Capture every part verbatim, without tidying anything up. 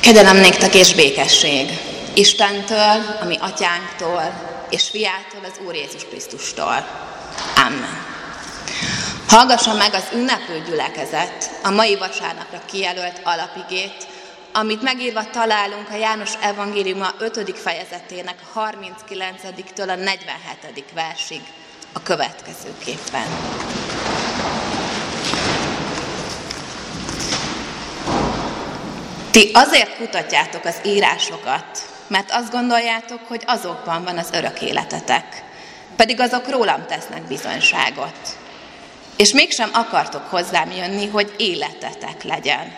Kegyelem néktek és békesség Istentől, a mi atyánktól, és fiától, az Úr Jézus Krisztustól. Amen. Hallgassa meg az ünneplő gyülekezet a mai vasárnapra kijelölt alapigét, amit megírva találunk a János evangéliuma ötödik fejezetének a harminckilencediktől a negyvenhetedik versig a következőképpen. Ti azért kutatjátok az írásokat, mert azt gondoljátok, hogy azokban van az örök életetek, pedig azok rólam tesznek bizonyságot. És mégsem akartok hozzám jönni, hogy életetek legyen.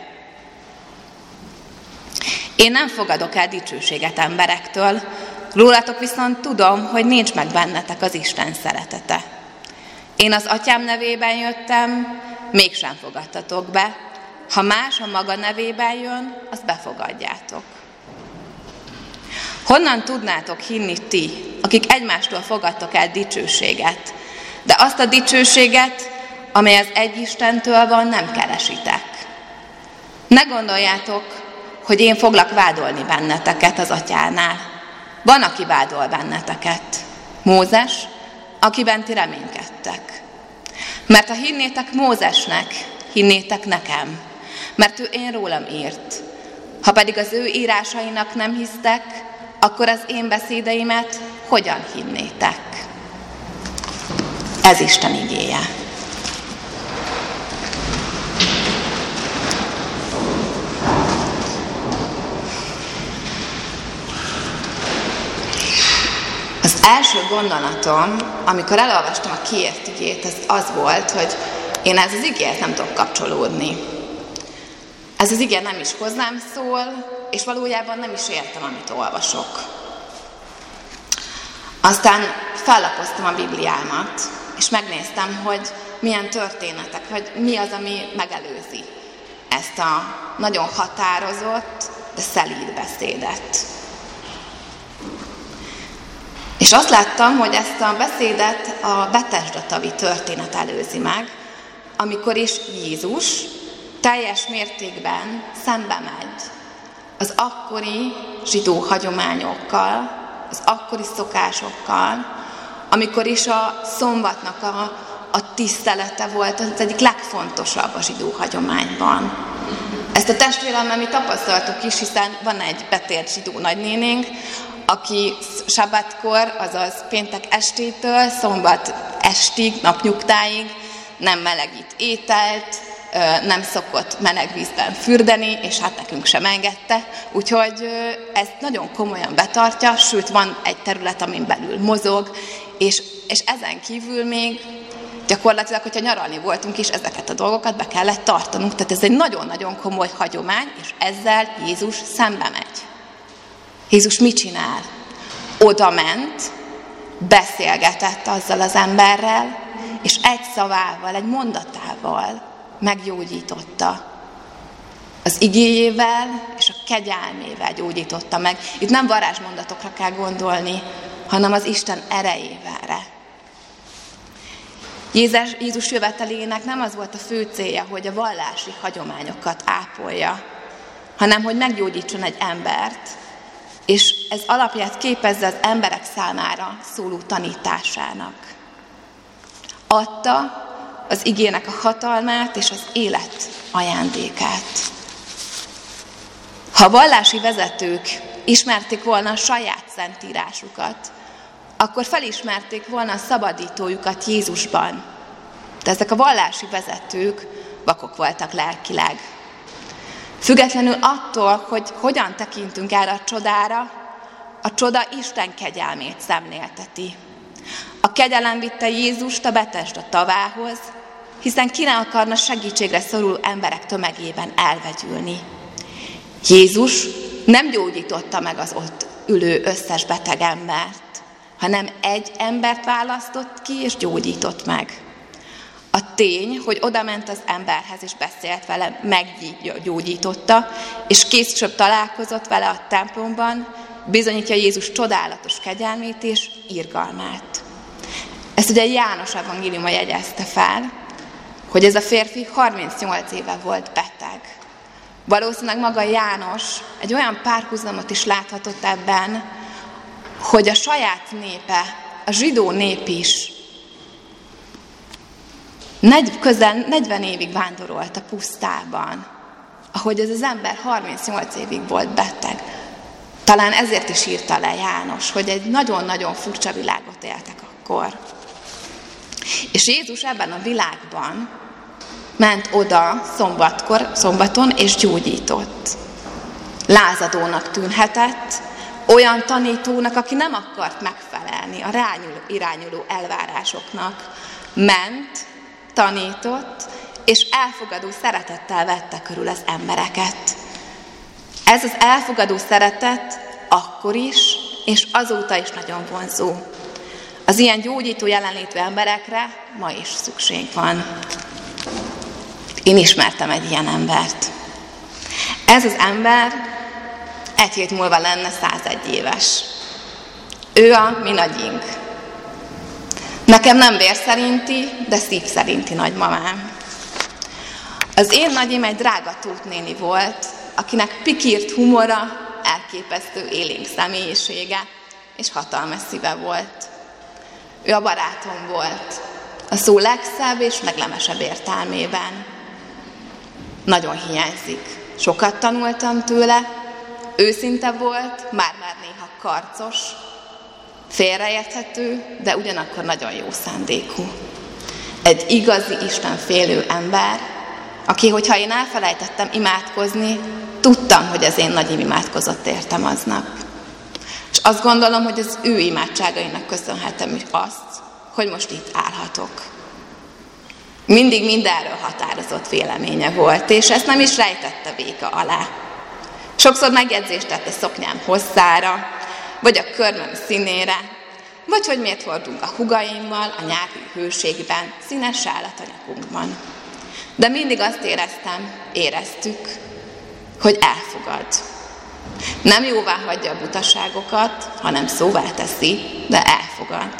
Én nem fogadok el dicsőséget emberektől, rólatok viszont tudom, hogy nincs meg bennetek az Isten szeretete. Én az atyám nevében jöttem, mégsem fogadtatok be, ha más a maga nevében jön, azt befogadjátok. Honnan tudnátok hinni ti, akik egymástól fogadtok el dicsőséget, de azt a dicsőséget, amely az egy Istentől van, nem keresitek. Ne gondoljátok, hogy én foglak vádolni benneteket az atyánál. Van, aki vádol benneteket. Mózes, akiben ti reménykedtek. Mert ha hinnétek Mózesnek, hinnétek nekem, mert ő én rólam írt. Ha pedig az ő írásainak nem hisztek, akkor az én beszédeimet hogyan hinnétek? Ez Isten igéje. Az első gondolatom, amikor elolvastam a kiért igét, az az volt, hogy én ez az igéhez nem tudok kapcsolódni. Ez az ige nem is hozzám szól, és valójában nem is értem, amit olvasok. Aztán fellapoztam a Bibliámat, és megnéztem, hogy milyen történetek, hogy mi az, ami megelőzi ezt a nagyon határozott, de szelíd beszédet. És azt láttam, hogy ezt a beszédet a Betesda-tavi történet előzi meg, amikor is Jézus teljes mértékben szembe megy az akkori zsidó hagyományokkal, az akkori szokásokkal, amikor is a szombatnak a, a tisztelete volt az egyik legfontosabb a zsidó hagyományban. Ezt a testvéremmel mi tapasztaltuk is, hiszen van egy betért zsidó nagynénénk, aki sabbatkor, azaz péntek estétől szombat estig, napnyugtáig nem melegít ételt, nem szokott meleg vízben fürdeni, és hát nekünk sem engedte, úgyhogy ezt nagyon komolyan betartja, sőt van egy terület, amin belül mozog, és, és ezen kívül még gyakorlatilag, hogyha nyaralni voltunk is, ezeket a dolgokat be kellett tartanunk, tehát ez egy nagyon-nagyon komoly hagyomány, és ezzel Jézus szembe megy. Jézus mit csinál? Oda ment, beszélgetett azzal az emberrel, és egy szavával, egy mondatával meggyógyította. Az igéjével és a kegyelmével gyógyította meg. Itt nem varázsmondatokra kell gondolni, hanem az Isten erejével. Jézus, Jézus jövetelének nem az volt a fő célja, hogy a vallási hagyományokat ápolja, hanem hogy meggyógyítson egy embert, és ez alapját képezze az emberek számára szóló tanításának. Adta az igének a hatalmát és az élet ajándékát. Ha a vallási vezetők ismerték volna a saját szentírásukat, akkor felismerték volna a szabadítójukat Jézusban. De ezek a vallási vezetők vakok voltak lelkileg. Függetlenül attól, hogy hogyan tekintünk erre a csodára, a csoda Isten kegyelmét szemlélteti. A kegyelem vitte Jézust a Betesda tavához, hiszen ki ne akarna segítségre szoruló emberek tömegében elvegyülni. Jézus nem gyógyította meg az ott ülő összes beteg embert, hanem egy embert választott ki és gyógyított meg. A tény, hogy odament az emberhez és beszélt vele, meggyógyította, és később találkozott vele a templomban, bizonyítja Jézus csodálatos kegyelmét és irgalmát. Ezt ugye János evangéliuma jegyezte fel, hogy ez a férfi harmincnyolc éve volt beteg. Valószínűleg maga János egy olyan párhuzamot is láthatott ebben, hogy a saját népe, a zsidó nép is negy, közel negyven évig vándorolt a pusztában, ahogy ez az ember harmincnyolc évig volt beteg. Talán ezért is írta le János, hogy egy nagyon-nagyon furcsa világot éltek akkor. És Jézus ebben a világban ment oda szombatkor, szombaton és gyógyított. Lázadónak tűnhetett, olyan tanítónak, aki nem akart megfelelni a rányuló, irányuló elvárásoknak, ment, tanított, és elfogadó szeretettel vette körül az embereket. Ez az elfogadó szeretet akkor is, és azóta is nagyon vonzó. Az ilyen gyógyító jelenlétű emberekre ma is szükség van. Én ismertem egy ilyen embert. Ez az ember egy hét múlva lenne százegy éves. Ő a mi nagyink. Nekem nem vér szerinti, de szív szerinti nagymamám. Az én nagyim egy drága Tóth néni volt, akinek pikírt humora, elképesztő élénk személyisége és hatalmas szíve volt. Ő a barátom volt, a szó legszebb és leglemesebb értelmében. Nagyon hiányzik. Sokat tanultam tőle, őszinte volt, már-már néha karcos, félreérthető, de ugyanakkor nagyon jó szándékú. Egy igazi istenfélő ember, aki, hogyha én elfelejtettem imádkozni, tudtam, hogy az én nagyim imádkozott értem aznap. És azt gondolom, hogy az ő imádságainak köszönhetem azt, hogy most itt állhatok. Mindig mindenről határozott véleménye volt, és ezt nem is rejtette véka alá. Sokszor megjegyzést tett a szoknyám hosszára, vagy a körmöm színére, vagy hogy miért hordunk a húgaimmal a nyári hőségben, színes sálatanyagunkban. De mindig azt éreztem, éreztük, hogy elfogad. Nem jóvá hagyja a butaságokat, hanem szóvá teszi, de elfogad.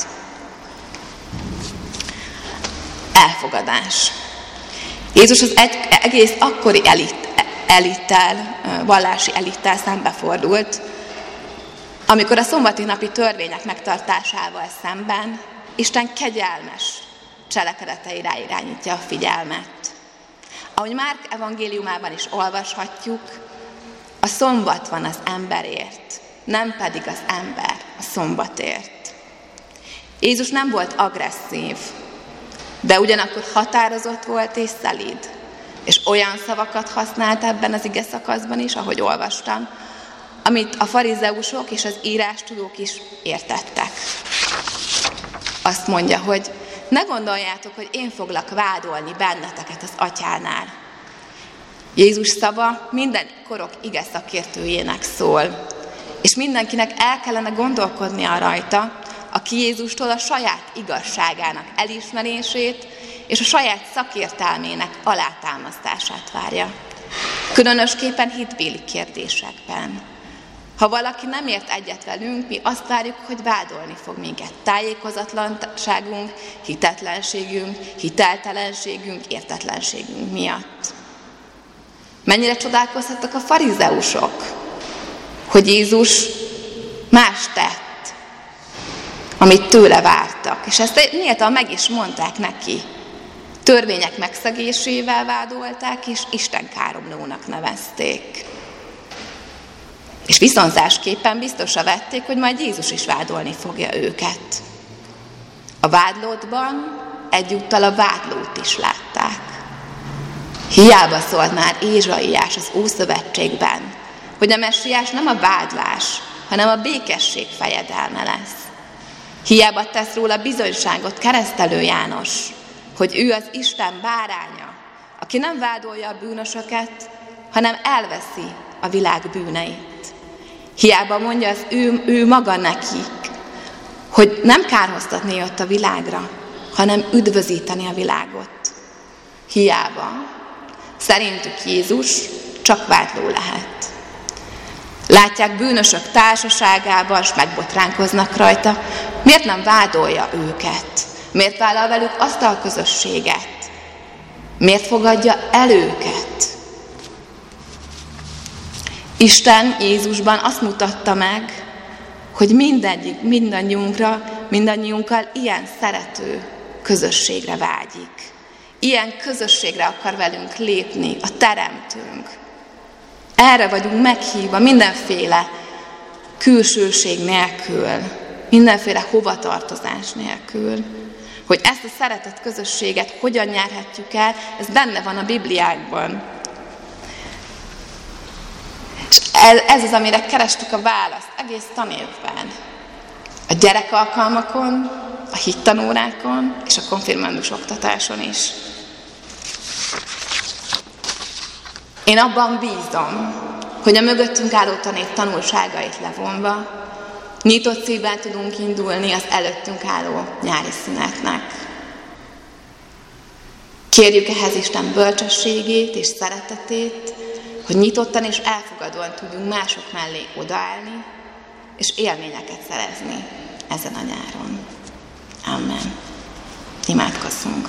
Elfogadás. Jézus az egy, egész akkori elit, elittel, vallási elittel szembefordult, amikor a szombati napi törvények megtartásával szemben Isten kegyelmes cselekedeteire irányítja a figyelmet. Ahogy Márk evangéliumában is olvashatjuk, a szombat van az emberért, nem pedig az ember a szombatért. Jézus nem volt agresszív, de ugyanakkor határozott volt és szelíd, és olyan szavakat használt ebben az ige szakaszban is, ahogy olvastam, amit a farizeusok és az írástudók is értettek. Azt mondja, hogy ne gondoljátok, hogy én foglak vádolni benneteket az atyánál. Jézus szava minden korok ige szakértőjének szól, és mindenkinek el kellene gondolkodnia rajta, aki Jézustól a saját igazságának elismerését és a saját szakértelmének alátámasztását várja. Különösképpen hitbéli kérdésekben. Ha valaki nem ért egyet velünk, mi azt várjuk, hogy vádolni fog minket tájékozatlanságunk, hitetlenségünk, hiteltelenségünk, értetlenségünk miatt. Mennyire csodálkozhattak a farizeusok, hogy Jézus más tett, amit tőle vártak. És ezt nyíltan meg is mondták neki. Törvények megszegésével vádolták, és istenkáromlónak nevezték. És viszonzásképpen biztosra vették, hogy majd Jézus is vádolni fogja őket. A vádlottban egyúttal a vádlót is látták. Hiába szólt már Ézsaiás az Ószövetségben, hogy a messiás nem a vádlás, hanem a békesség fejedelme lesz. Hiába tesz róla bizonyságot Keresztelő János, hogy ő az Isten báránya, aki nem vádolja a bűnösöket, hanem elveszi a világ bűneit. Hiába mondja az ő, ő maga nekik, hogy nem kárhoztatni jött a világra, hanem üdvözíteni a világot. Hiába. Szerintük Jézus csak vádló lehet. Látják bűnösök társaságában, s megbotránkoznak rajta. Miért nem vádolja őket? Miért vállal velük azt a közösséget? Miért fogadja el őket? Isten Jézusban azt mutatta meg, hogy mindegyik, mindannyiunkra, mindannyiunkkal ilyen szerető közösségre vágyik. Ilyen közösségre akar velünk lépni a Teremtőnk. Erre vagyunk meghívva mindenféle külsőség nélkül, mindenféle hovatartozás nélkül. Hogy ezt a szeretett közösséget hogyan nyerhetjük el, ez benne van a Bibliákban. És ez az, amire kerestük a választ egész tanévben. A gyerekalkalmakon, a hittanórákon és a konfirmandus oktatáson is. Én abban bízom, hogy a mögöttünk álló tanév tanulságait levonva nyitott szívvel tudunk indulni az előttünk álló nyári szünetnek. Kérjük ehhez Isten bölcsességét és szeretetét, hogy nyitottan és elfogadóan tudjunk mások mellé odaállni, és élményeket szerezni ezen a nyáron. Amen. Imádkozzunk.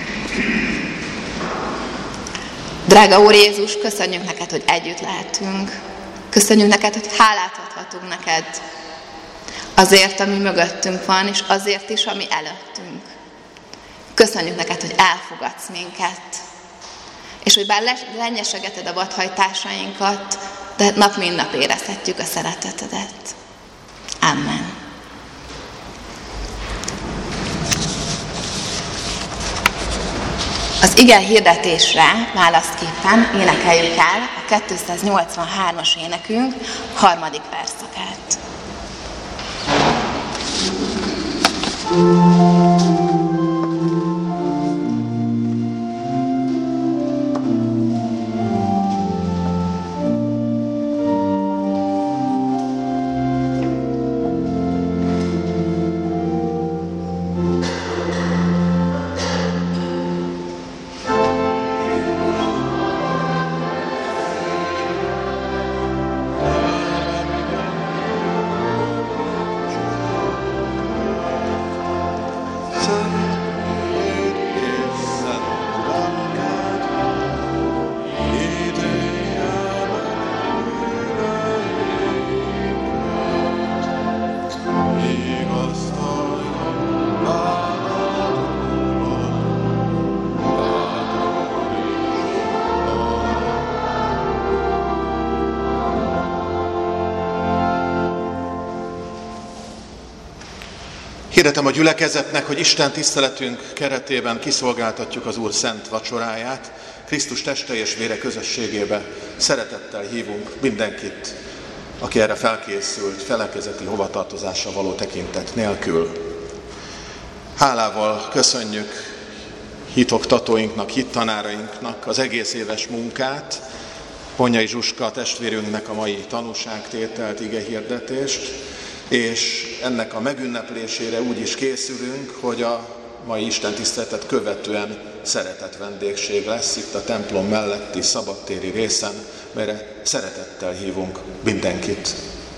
Drága Úr Jézus, köszönjük neked, hogy együtt lehetünk. Köszönjük neked, hogy hálát adhatunk neked azért, ami mögöttünk van, és azért is, ami előttünk. Köszönjük neked, hogy elfogadsz minket, és hogy bár lenyesegeted a vadhajtásainkat, de nap mint nap érezhetjük a szeretetedet. Amen. Az ige hirdetésre válaszképpen énekeljük el a kétszáznyolcvanhármas énekünk harmadik verszakát. Hirdetem a gyülekezetnek, hogy Isten tiszteletünk keretében kiszolgáltatjuk az Úr szent vacsoráját. Krisztus teste és vére közösségébe szeretettel hívunk mindenkit, aki erre felkészült, felekezeti hovatartozásra való tekintet nélkül. Hálával köszönjük hitoktatóinknak, hittanárainknak az egész éves munkát, Ponyai Zsuska testvérünknek a mai tanúságtételt, igehirdetést, és ennek a megünneplésére úgy is készülünk, hogy a mai istentiszteletet követően szeretett vendégség lesz itt a templom melletti szabadtéri részen, melyre szeretettel hívunk mindenkit.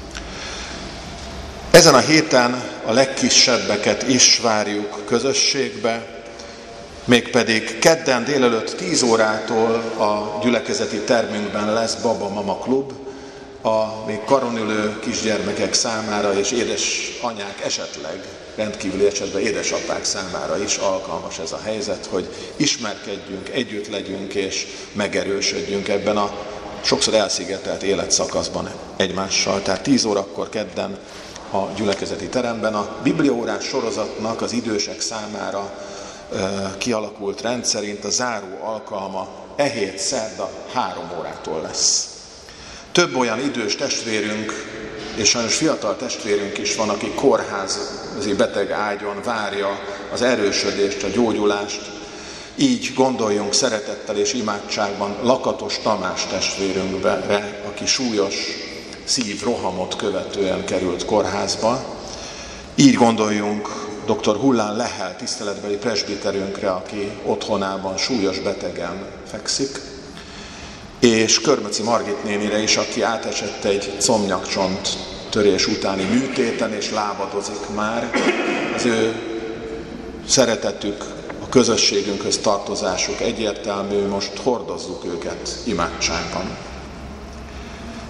Ezen a héten a legkisebbeket is várjuk közösségbe, mégpedig kedden délelőtt tíz órától a gyülekezeti termünkben lesz Baba-Mama klub, a még karonülő kisgyermekek számára és édesanyák, esetleg rendkívüli esetben édesapák számára is alkalmas ez a helyzet, hogy ismerkedjünk, együtt legyünk és megerősödjünk ebben a sokszor elszigetelt életszakaszban egymással. Tehát tíz órakor kedden a gyülekezeti teremben a bibliaórás sorozatnak az idősek számára e, kialakult rend szerint a záró alkalma e hét szerda három órától lesz. Több olyan idős testvérünk, és sajnos fiatal testvérünk is van, aki kórházi beteg ágyon várja az erősödést, a gyógyulást. Így gondoljunk szeretettel és imádságban Lakatos Tamás testvérünkre, aki súlyos szívrohamot követően került kórházba. Így gondoljunk dr. Hullán Lehel tiszteletbeli presbiterünkre, aki otthonában súlyos betegen fekszik. És Körmöci Margit nénire is, aki átesett egy combnyakcsont törés utáni műtéten, és lábadozik már. Az ő szeretetük, a közösségünkhöz tartozásuk egyértelmű, most hordozzuk őket imádságban.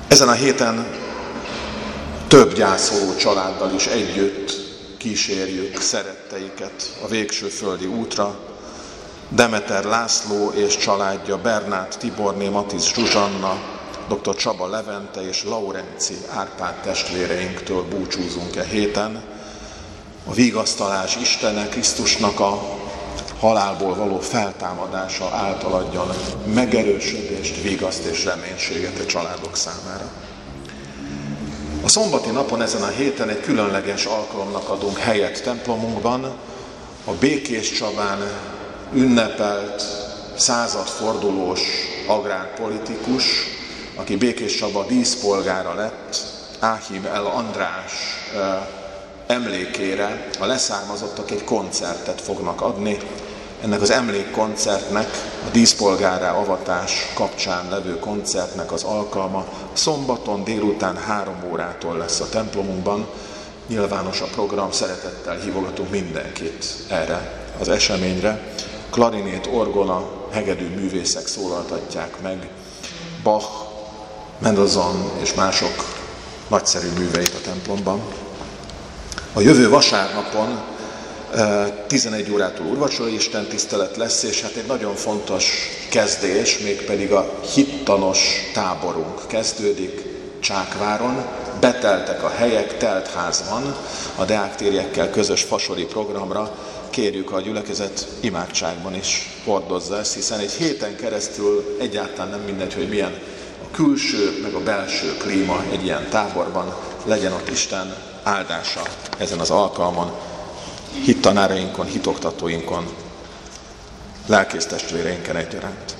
Ezen a héten több gyászoló családdal is együtt kísérjük szeretteiket a végső földi útra. Demeter László és családja, Bernát Tiborné, Matisz Zsuzsanna, dr. Csaba Levente és Laurenci Árpád testvéreinktől búcsúzunk e héten. A vigasztalás Istene, Krisztusnak a halálból való feltámadása által adjon megerősödést, vigaszt és reménységet a családok számára. A szombati napon ezen a héten egy különleges alkalomnak adunk helyet templomunkban. A Békés Csabán ünnepelt századfordulós agrárpolitikus, aki Békés Csaba díszpolgára lett, Áhim El András emlékére a leszármazottak egy koncertet fognak adni. Ennek az emlékkoncertnek, a díszpolgárrá avatás kapcsán levő koncertnek az alkalma szombaton délután három órától lesz a templomunkban. Nyilvános a program, szeretettel hívogatunk mindenkit erre az eseményre. Klarinét, orgona, hegedű művészek szólaltatják meg Bach, Mendelssohn és mások nagyszerű műveit a templomban. A jövő vasárnapon tizenegy órától úrvacsora istentisztelet lesz, és hát egy nagyon fontos kezdés, mégpedig a hittanos táborunk kezdődik Csákváron. Beteltek a helyek, telt ház van, a deáktériekkel közös fasori programra kérjük a gyülekezet imádságban is hordozza ezt, hiszen egy héten keresztül egyáltalán nem mindegy, hogy milyen a külső, meg a belső klíma egy ilyen táborban, legyen ott Isten áldása ezen az alkalmon, hittanárainkon, hitoktatóinkon, lelkésztestvéreinken egyaránt.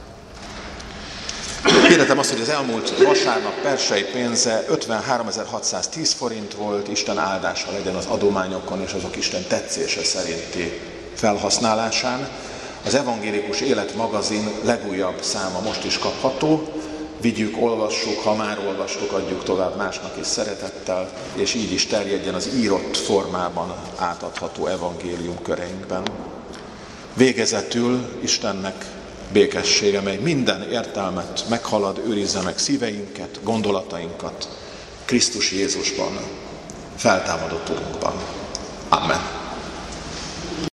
Hirdetem azt, hogy az elmúlt vasárnap persei pénze ötvenháromezer-hatszáztíz forint volt, Isten áldása legyen az adományokon és azok Isten tetszése szerinti felhasználásán. Az Evangélikus Élet magazin legújabb száma most is kapható. Vigyük, olvassuk, ha már olvastuk, adjuk tovább másnak is szeretettel, és így is terjedjen az írott formában átadható evangélium köreinkben. Végezetül Istennek békessége, mely minden értelmet meghalad, őrizze meg szíveinket, gondolatainkat Krisztus Jézusban, feltámadott Urunkban. Amen.